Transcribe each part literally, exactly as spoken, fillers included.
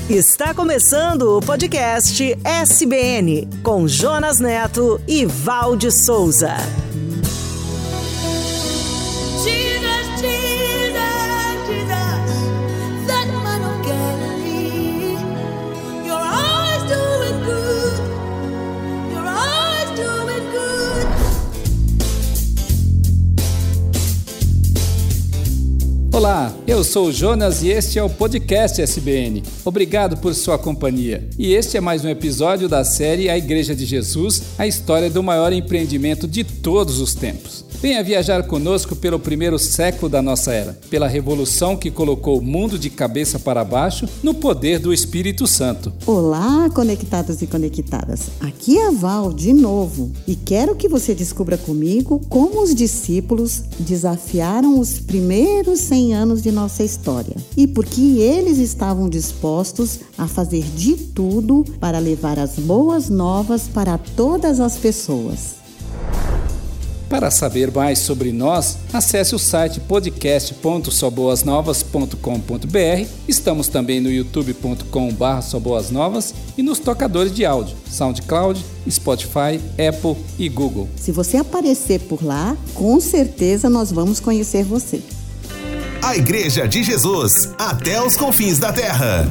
Está começando o podcast S B N, com Jonas Neto e Valde Souza. Olá, eu sou o Jonas e este é o podcast S B N. Obrigado por sua companhia. E este é mais um episódio da série A Igreja de Jesus, a história do maior empreendimento de todos os tempos. Venha viajar conosco pelo primeiro século da nossa era, pela revolução que colocou o mundo de cabeça para baixo no poder do Espírito Santo. Olá, conectados e conectadas. Aqui é a Val de novo e quero que você descubra comigo como os discípulos desafiaram os primeiros cem anos de nossa história e por que eles estavam dispostos a fazer de tudo para levar as boas novas para todas as pessoas. Para saber mais sobre nós, acesse o site podcast ponto só boas novas ponto com ponto b r. Estamos também no youtube ponto com barra só boas novas e nos tocadores de áudio, SoundCloud, Spotify, Apple e Google. Se você aparecer por lá, com certeza nós vamos conhecer você. A Igreja de Jesus, até os confins da terra.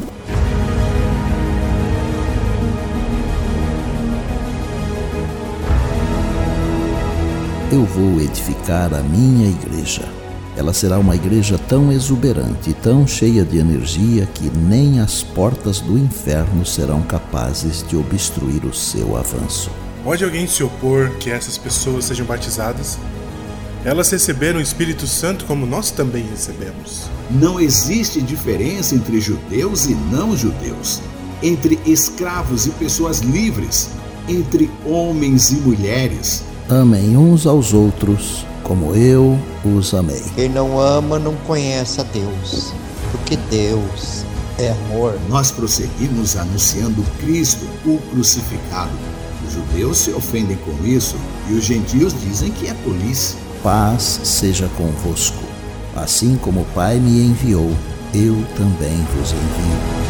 Eu vou edificar a minha igreja. Ela será uma igreja tão exuberante e tão cheia de energia que nem as portas do inferno serão capazes de obstruir o seu avanço. Pode alguém se opor que essas pessoas sejam batizadas? Elas receberam o Espírito Santo como nós também recebemos. Não existe diferença entre judeus e não judeus, entre escravos e pessoas livres, entre homens e mulheres. Amem uns aos outros, como eu os amei. Quem não ama não conhece a Deus, porque Deus é amor. Nós prosseguimos anunciando Cristo, o crucificado. Os judeus se ofendem com isso e os gentios dizem que é tolice. Paz seja convosco. Assim como o Pai me enviou, eu também vos envio.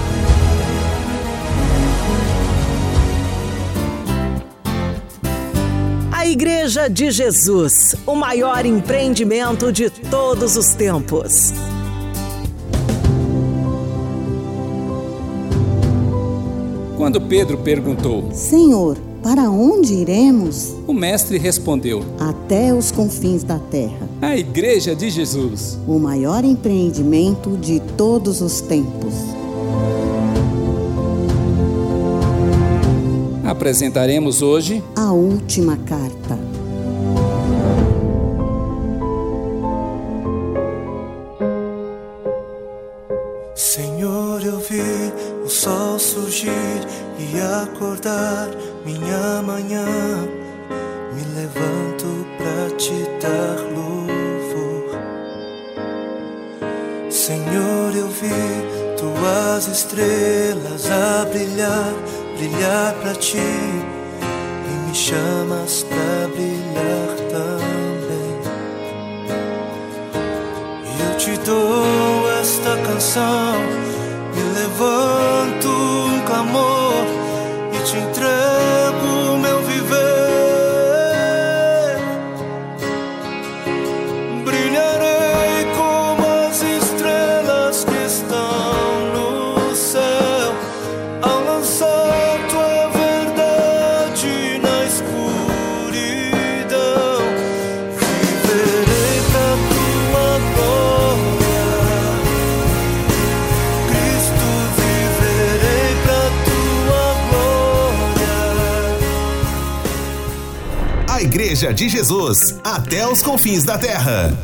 A Igreja de Jesus, o maior empreendimento de todos os tempos. Quando Pedro perguntou: Senhor, para onde iremos? O mestre respondeu: Até os confins da terra. A Igreja de Jesus, o maior empreendimento de todos os tempos. Apresentaremos hoje a última carta. Senhor, eu vi o sol surgir e acordar minha manhã. Me levanto pra te dar louvor. Senhor, eu vi tuas estrelas a brilhar, brilhar pra ti, e me chamas pra brilhar também. E eu te dou esta canção, me levanto um clamor e te entrego o meu viver. Brilharei como as estrelas que estão no céu, ao lançar tua verdade na escuridão. Viverei pra tua glória, Cristo, viverei pra tua glória. A Igreja de Jesus, até os confins da terra.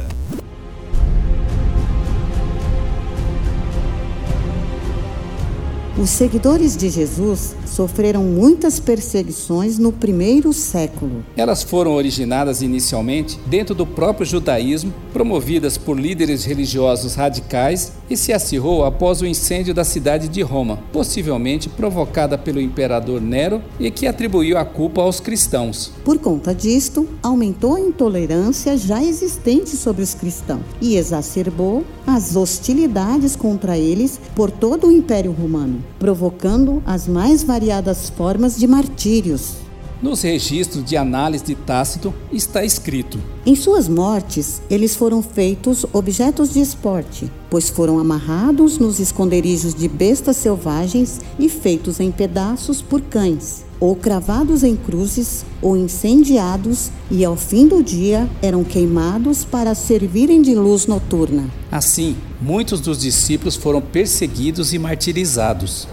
Os seguidores de Jesus sofreram muitas perseguições no primeiro século. Elas foram originadas inicialmente dentro do próprio judaísmo, promovidas por líderes religiosos radicais e se acirrou após o incêndio da cidade de Roma, possivelmente provocada pelo imperador Nero e que atribuiu a culpa aos cristãos. Por conta disto, aumentou a intolerância já existente sobre os cristãos e exacerbou as hostilidades contra eles por todo o Império Romano, provocando as mais variadas formas de martírios. Nos registros de análise de Tácito está escrito: em suas mortes, eles foram feitos objetos de esporte, pois foram amarrados nos esconderijos de bestas selvagens e feitos em pedaços por cães, ou cravados em cruzes, ou incendiados, e ao fim do dia eram queimados para servirem de luz noturna. Assim, muitos dos discípulos foram perseguidos e martirizados.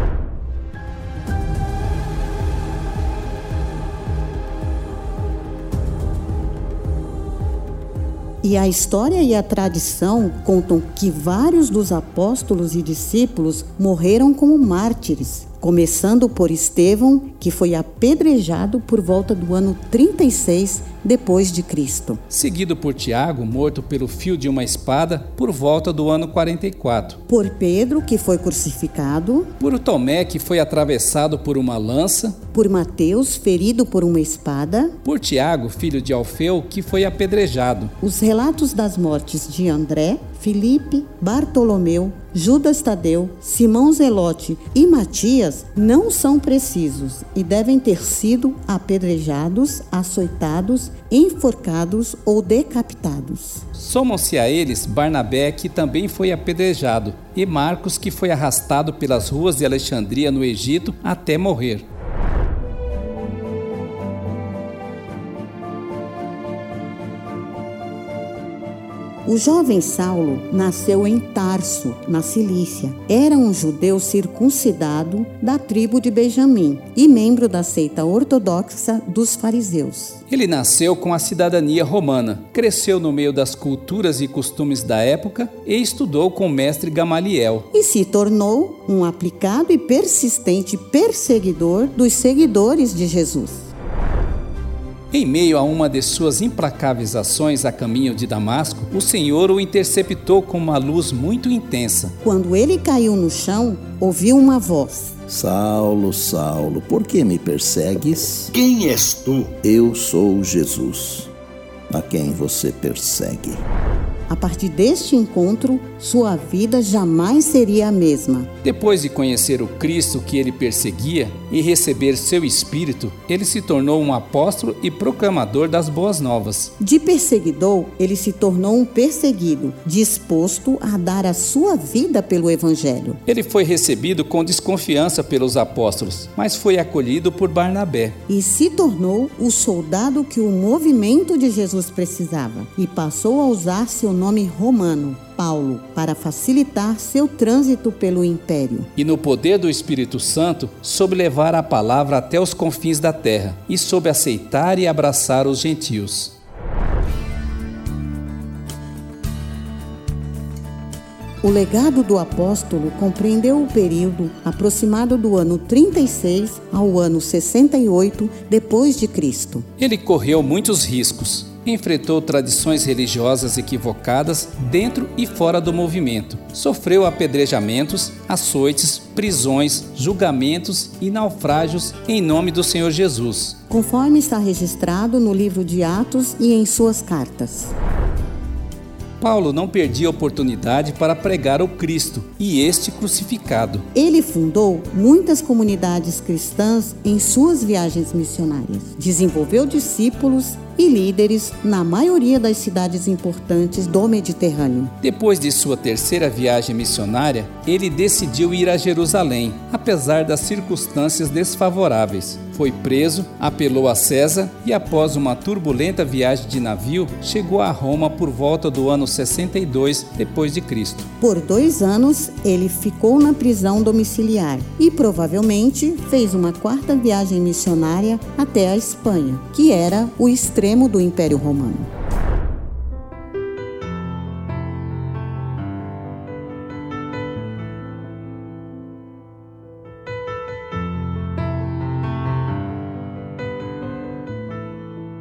E a história e a tradição contam que vários dos apóstolos e discípulos morreram como mártires, começando por Estevão, que foi apedrejado por volta do ano trinta e seis depois de Cristo. Seguido por Tiago, morto pelo fio de uma espada, por volta do ano quarenta e quatro. Por Pedro, que foi crucificado. Por Tomé, que foi atravessado por uma lança. Por Mateus, ferido por uma espada. Por Tiago, filho de Alfeu, que foi apedrejado. Os relatos das mortes de André, Filipe, Bartolomeu, Judas Tadeu, Simão Zelote e Matias não são precisos e devem ter sido apedrejados, açoitados, enforcados ou decapitados. Somam-se a eles Barnabé, que também foi apedrejado, e Marcos, que foi arrastado pelas ruas de Alexandria, no Egito, até morrer. O jovem Saulo nasceu em Tarso, na Cilícia. Era um judeu circuncidado da tribo de Benjamim e membro da seita ortodoxa dos fariseus. Ele nasceu com a cidadania romana, cresceu no meio das culturas e costumes da época e estudou com o mestre Gamaliel. E se tornou um aplicado e persistente perseguidor dos seguidores de Jesus. Em meio a uma de suas implacáveis ações a caminho de Damasco, o Senhor o interceptou com uma luz muito intensa. Quando ele caiu no chão, ouviu uma voz: Saulo, Saulo, por que me persegues? Quem és tu? Eu sou Jesus, a quem você persegue. A partir deste encontro, sua vida jamais seria a mesma. Depois de conhecer o Cristo que ele perseguia e receber seu Espírito, ele se tornou um apóstolo e proclamador das boas novas. De perseguidor, ele se tornou um perseguido, disposto a dar a sua vida pelo Evangelho. Ele foi recebido com desconfiança pelos apóstolos, mas foi acolhido por Barnabé. E se tornou o soldado que o movimento de Jesus precisava, e passou a usar seu nome romano, Paulo, para facilitar seu trânsito pelo império. E no poder do Espírito Santo, soube levar a palavra até os confins da terra e soube aceitar e abraçar os gentios. O legado do apóstolo compreendeu o período aproximado do ano trinta e seis ao ano sessenta e oito depois de Cristo. Ele correu muitos riscos. Enfrentou tradições religiosas equivocadas dentro e fora do movimento. Sofreu apedrejamentos, açoites, prisões, julgamentos e naufrágios em nome do Senhor Jesus, conforme está registrado no livro de Atos e em suas cartas. Paulo não perdia a oportunidade para pregar o Cristo e este crucificado. Ele fundou muitas comunidades cristãs em suas viagens missionárias. Desenvolveu discípulos e líderes na maioria das cidades importantes do Mediterrâneo. Depois de sua terceira viagem missionária, ele decidiu ir a Jerusalém, apesar das circunstâncias desfavoráveis. Foi preso, apelou a César e, após uma turbulenta viagem de navio, chegou a Roma por volta do ano sessenta e dois depois de Cristo. Por dois anos, ele ficou na prisão domiciliar e provavelmente fez uma quarta viagem missionária até a Espanha, que era o extremo do Império Romano.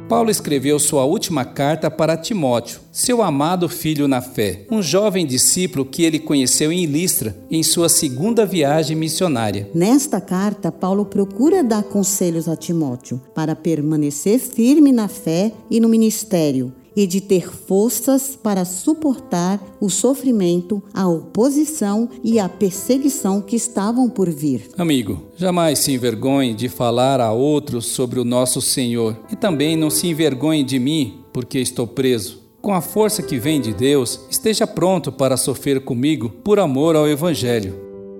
Paulo escreveu sua última carta para Timóteo, seu amado filho na fé, um jovem discípulo que ele conheceu em Listra, em sua segunda viagem missionária. Nesta carta, Paulo procura dar conselhos a Timóteo para permanecer firme na fé e no ministério, e de ter forças para suportar o sofrimento, a oposição e a perseguição que estavam por vir. Amigo, jamais se envergonhe de falar a outros sobre o nosso Senhor e também não se envergonhe de mim, porque estou preso. Com a força que vem de Deus, esteja pronto para sofrer comigo por amor ao Evangelho.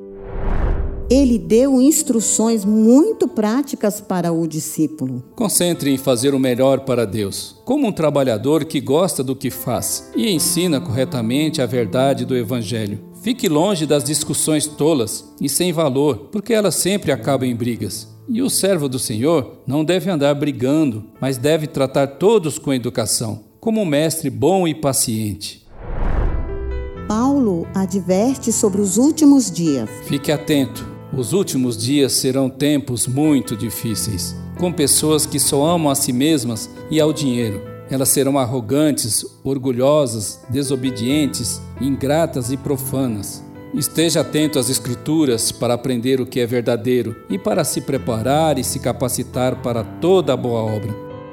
Ele deu instruções muito práticas para o discípulo. Concentre em fazer o melhor para Deus, como um trabalhador que gosta do que faz e ensina corretamente a verdade do Evangelho. Fique longe das discussões tolas e sem valor, porque elas sempre acabam em brigas. E o servo do Senhor não deve andar brigando, mas deve tratar todos com educação, como um mestre bom e paciente. Paulo adverte sobre os últimos dias. Fique atento. Os últimos dias serão tempos muito difíceis, com pessoas que só amam a si mesmas e ao dinheiro. Elas serão arrogantes, orgulhosas, desobedientes, ingratas e profanas. Esteja atento às Escrituras para aprender o que é verdadeiro e para se preparar e se capacitar para toda a boa obra.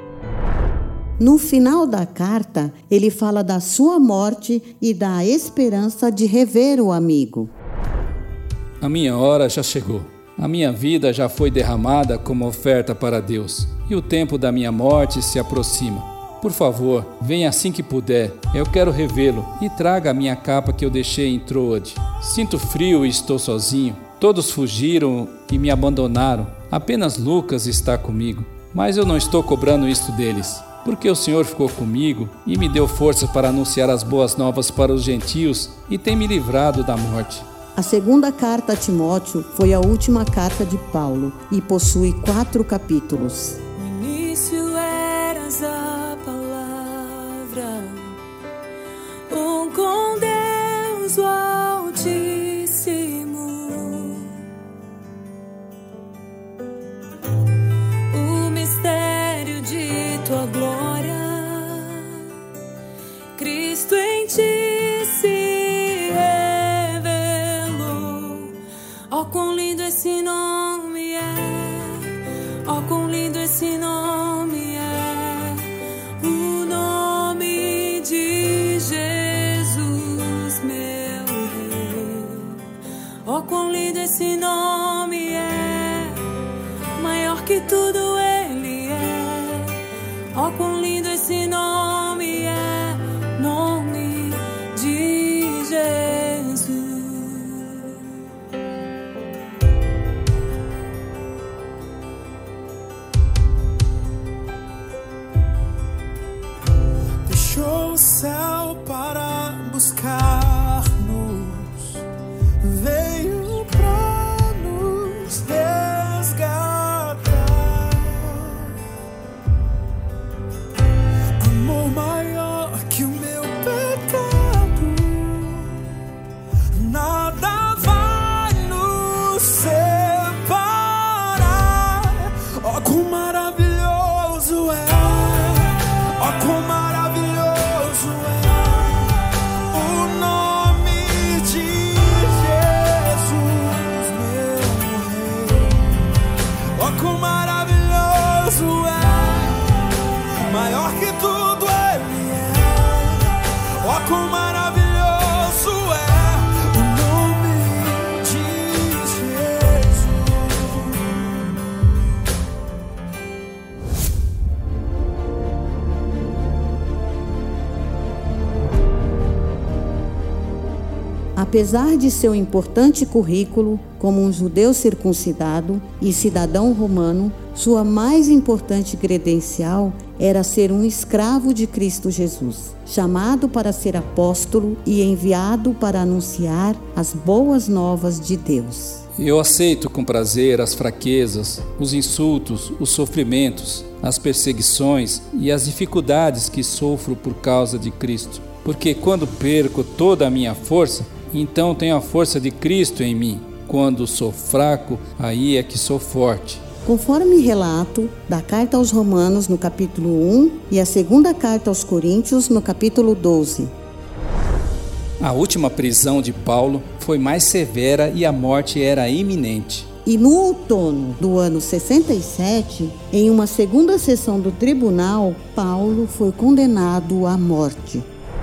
No final da carta, ele fala da sua morte e da esperança de rever o amigo. A minha hora já chegou. A minha vida já foi derramada como oferta para Deus, e o tempo da minha morte se aproxima. Por favor, venha assim que puder. Eu quero revê-lo e traga a minha capa que eu deixei em Troade. Sinto frio e estou sozinho. Todos fugiram e me abandonaram. Apenas Lucas está comigo. Mas eu não estou cobrando isto deles, porque o Senhor ficou comigo e me deu força para anunciar as boas novas para os gentios e tem me livrado da morte. A segunda carta a Timóteo foi a última carta de Paulo e possui quatro capítulos. No início eras a palavra, um com Deus o Altíssimo. O mistério de tua glória, Cristo em ti se oh, quão lindo esse nome é, oh, quão lindo esse nome é, o nome de Jesus, meu Rei. Oh, quão lindo esse nome é, maior que tudo ele é, oh, quão lindo esse nome é, nome de Jesus. Deixou o céu para buscar-nos, veio pra nos resgatar. Amor maior que o meu pecado, nada vai nos separar. Oh, quão maravilhoso é, oh, quão maravilhoso é o nome de Jesus, meu Rei. Oh, quão maravilhoso é, maior que tudo ele é. Oh, quão maravilhoso é o nome de Jesus. Apesar de seu importante currículo como um judeu circuncidado e cidadão romano, sua mais importante credencial era ser um escravo de Cristo Jesus, chamado para ser apóstolo e enviado para anunciar as boas novas de Deus. Eu aceito com prazer as fraquezas, os insultos, os sofrimentos, as perseguições e as dificuldades que sofro por causa de Cristo, porque quando perco toda a minha força, então tenho a força de Cristo em mim. Quando sou fraco, aí é que sou forte. conforme relato da carta aos Romanos no capítulo um e a segunda carta aos Coríntios no capítulo doze. A última prisão de Paulo foi mais severa e a morte era iminente. E no outono do ano sessenta e sete, em uma segunda sessão do tribunal, Paulo foi condenado à morte.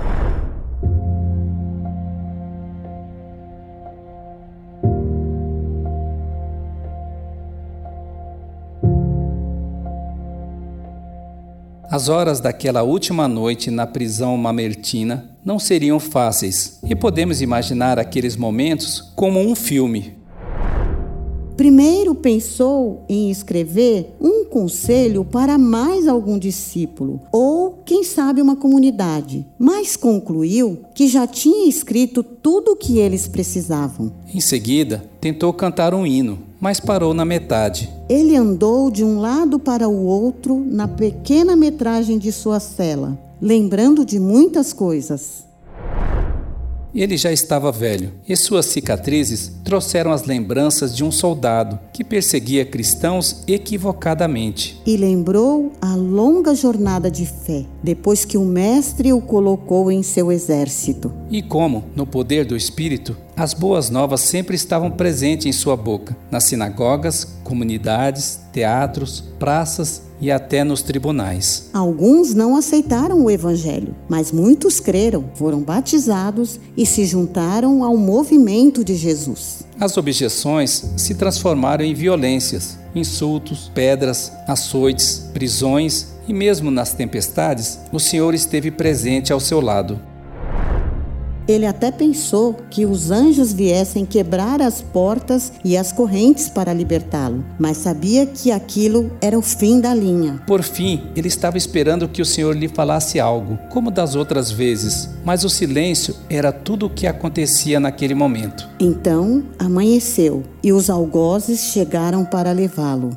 As horas daquela última noite na prisão mamertina não seriam fáceis, e podemos imaginar aqueles momentos como um filme. Primeiro pensou em escrever um conselho para mais algum discípulo, ou quem sabe uma comunidade, mas concluiu que já tinha escrito tudo o que eles precisavam. Em seguida, tentou cantar um hino, mas parou na metade. Ele andou de um lado para o outro na pequena metragem de sua cela, lembrando de muitas coisas. Ele já estava velho, e suas cicatrizes trouxeram as lembranças de um soldado que perseguia cristãos equivocadamente. E lembrou a longa jornada de fé, depois que o mestre o colocou em seu exército. E como, no poder do Espírito, as boas novas sempre estavam presentes em sua boca, nas sinagogas, comunidades, teatros, praças e até nos tribunais. Alguns não aceitaram o evangelho, mas muitos creram, foram batizados e se juntaram ao movimento de Jesus. As objeções se transformaram em violências, insultos, pedras, açoites, prisões e mesmo nas tempestades, o Senhor esteve presente ao seu lado. Ele até pensou que os anjos viessem quebrar as portas e as correntes para libertá-lo, mas sabia que aquilo era o fim da linha. Por fim, ele estava esperando que o Senhor lhe falasse algo, como das outras vezes, mas o silêncio era tudo o que acontecia naquele momento. Então, amanheceu e os algozes chegaram para levá-lo.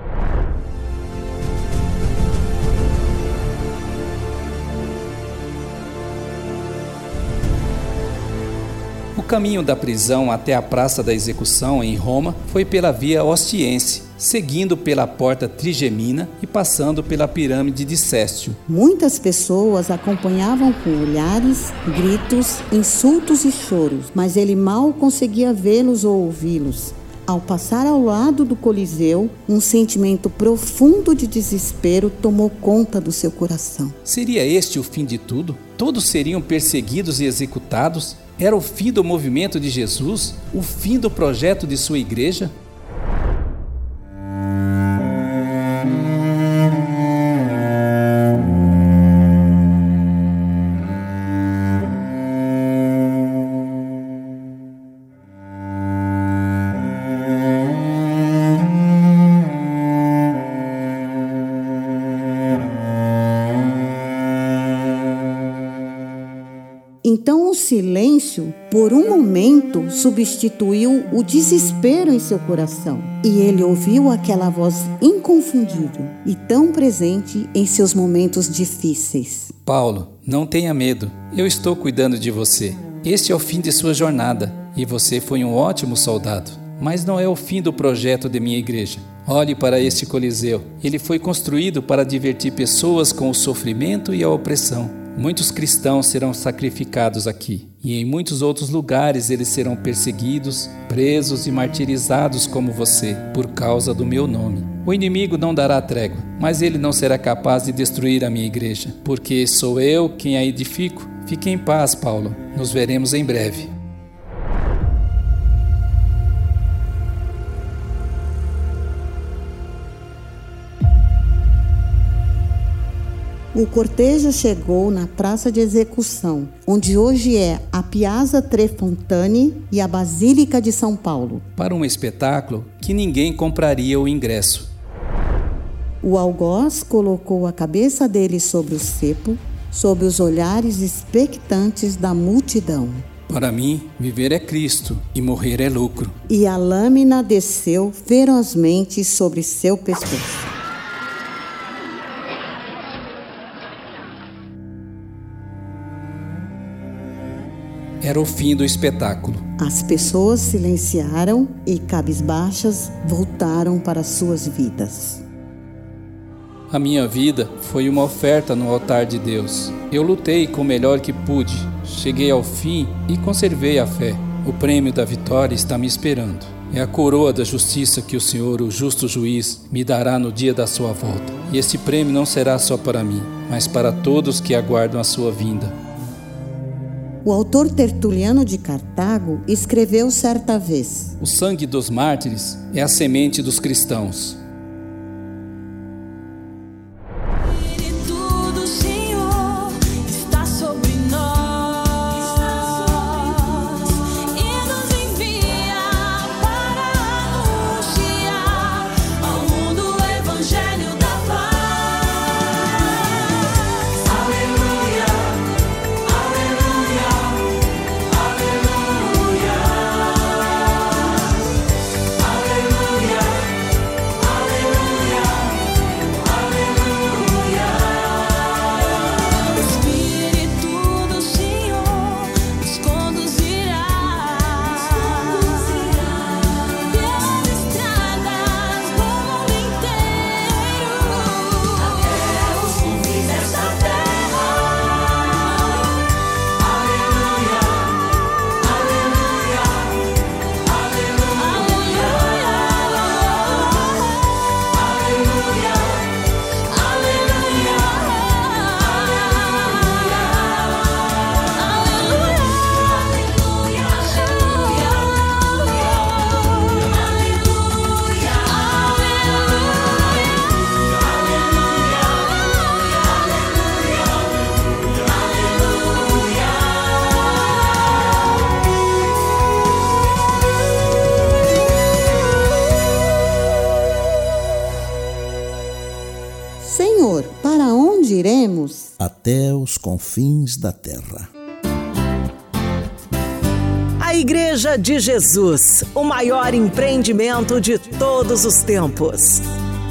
O caminho da prisão até a praça da execução em Roma foi pela via Ostiense, seguindo pela porta Trigemina e passando pela pirâmide de Céstio. Muitas pessoas acompanhavam com olhares, gritos, insultos e choros, mas ele mal conseguia vê-los ou ouvi-los. Ao passar ao lado do Coliseu, um sentimento profundo de desespero tomou conta do seu coração. Seria este o fim de tudo? Todos seriam perseguidos e executados? Era o fim do movimento de Jesus? O fim do projeto de sua igreja? Então o silêncio, por um momento, substituiu o desespero em seu coração. E ele ouviu aquela voz inconfundível e tão presente em seus momentos difíceis. Paulo, não tenha medo. Eu estou cuidando de você. Este é o fim de sua jornada e você foi um ótimo soldado. Mas não é o fim do projeto de minha igreja. Olhe para este Coliseu. Ele foi construído para divertir pessoas com o sofrimento e a opressão. Muitos cristãos serão sacrificados aqui, e em muitos outros lugares eles serão perseguidos, presos e martirizados como você, por causa do meu nome. O inimigo não dará trégua, mas ele não será capaz de destruir a minha igreja, porque sou eu quem a edifico. Fique em paz, Paulo. Nos veremos em breve. O cortejo chegou na praça de execução, onde hoje é a Piazza Tre Fontane e a Basílica de São Paulo, para um espetáculo que ninguém compraria o ingresso. O algoz colocou a cabeça dele sobre o cepo, sob os olhares expectantes da multidão. Para mim, viver é Cristo e morrer é lucro. E a lâmina desceu ferozmente sobre seu pescoço. Era o fim do espetáculo. As pessoas silenciaram e, cabisbaixas, voltaram para suas vidas. A minha vida foi uma oferta no altar de Deus. Eu lutei com o melhor que pude, cheguei ao fim e conservei a fé. O prêmio da vitória está me esperando. É a coroa da justiça que o Senhor, o justo juiz, me dará no dia da sua volta. E esse prêmio não será só para mim, mas para todos que aguardam a sua vinda. O autor Tertuliano de Cartago escreveu certa vez: o sangue dos mártires é a semente dos cristãos. Senhor, para onde iremos? Até os confins da terra. A Igreja de Jesus, o maior empreendimento de todos os tempos.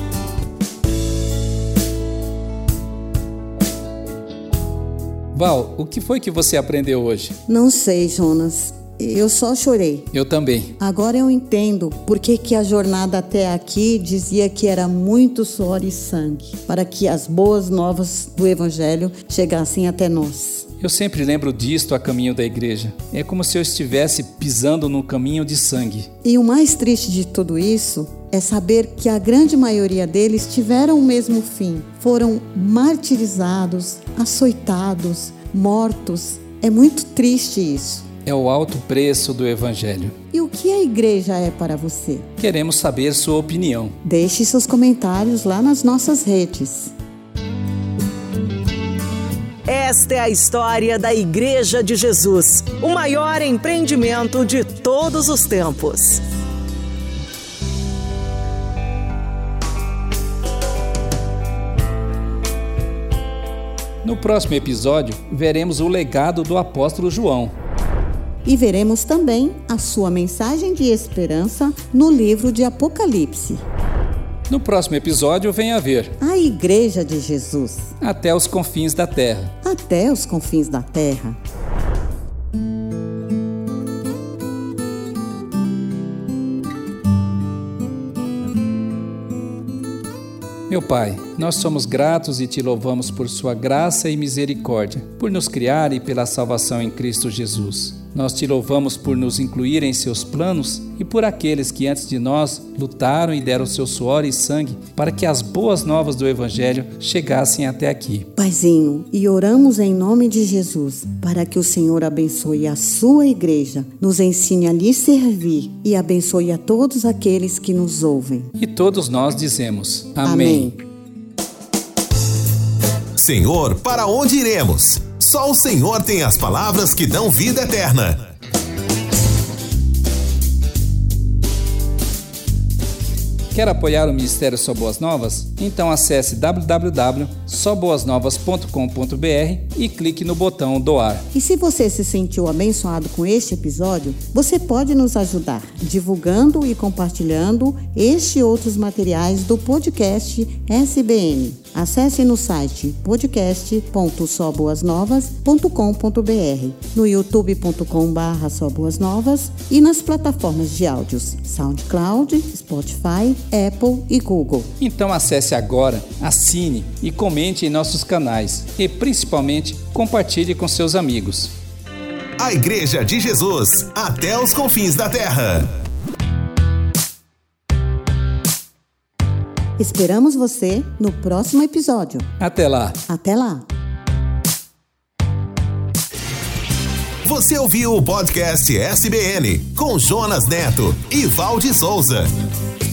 Val, o que foi que você aprendeu hoje? Não sei, Jonas. Eu só chorei. Eu também. Agora eu entendo por que que a jornada até aqui dizia que era muito suor e sangue, para que as boas novas do Evangelho chegassem até nós. Eu sempre lembro disto a caminho da igreja. É como se eu estivesse pisando num caminho de sangue. E o mais triste de tudo isso é saber que a grande maioria deles tiveram o mesmo fim. Foram martirizados, açoitados, mortos. É muito triste isso. É o alto preço do Evangelho. E o que a igreja é para você? Queremos saber sua opinião. Deixe seus comentários lá nas nossas redes. Esta é a história da Igreja de Jesus, o maior empreendimento de todos os tempos. No próximo episódio, veremos o legado do apóstolo João. E veremos também a sua mensagem de esperança no livro de Apocalipse. No próximo episódio, venha ver a Igreja de Jesus. Até os confins da terra. Até os confins da terra. Meu Pai, nós somos gratos e te louvamos por sua graça e misericórdia, por nos criar e pela salvação em Cristo Jesus. Nós te louvamos por nos incluir em seus planos e por aqueles que antes de nós lutaram e deram seu suor e sangue para que as boas novas do Evangelho chegassem até aqui. Paizinho, e oramos em nome de Jesus para que o Senhor abençoe a sua igreja, nos ensine a lhe servir e abençoe a todos aqueles que nos ouvem. E todos nós dizemos amém. Amém. Senhor, para onde iremos? Só o Senhor tem as palavras que dão vida eterna. Quer apoiar o Ministério Só Boas Novas? Então acesse w w w ponto só boas novas ponto com ponto b r e clique no botão doar. E se você se sentiu abençoado com este episódio, você pode nos ajudar divulgando e compartilhando este e outros materiais do podcast S B N. Acesse no site podcast ponto só boas novas ponto com ponto b r, no youtube ponto com barra só boas novas e nas plataformas de áudios SoundCloud, Spotify, Apple e Google. Então acesse agora, assine e comente em nossos canais e principalmente compartilhe com seus amigos. A Igreja de Jesus, até os confins da terra. Esperamos você no próximo episódio. Até lá. Até lá. Você ouviu o podcast S B N com Jonas Neto e Valde Souza.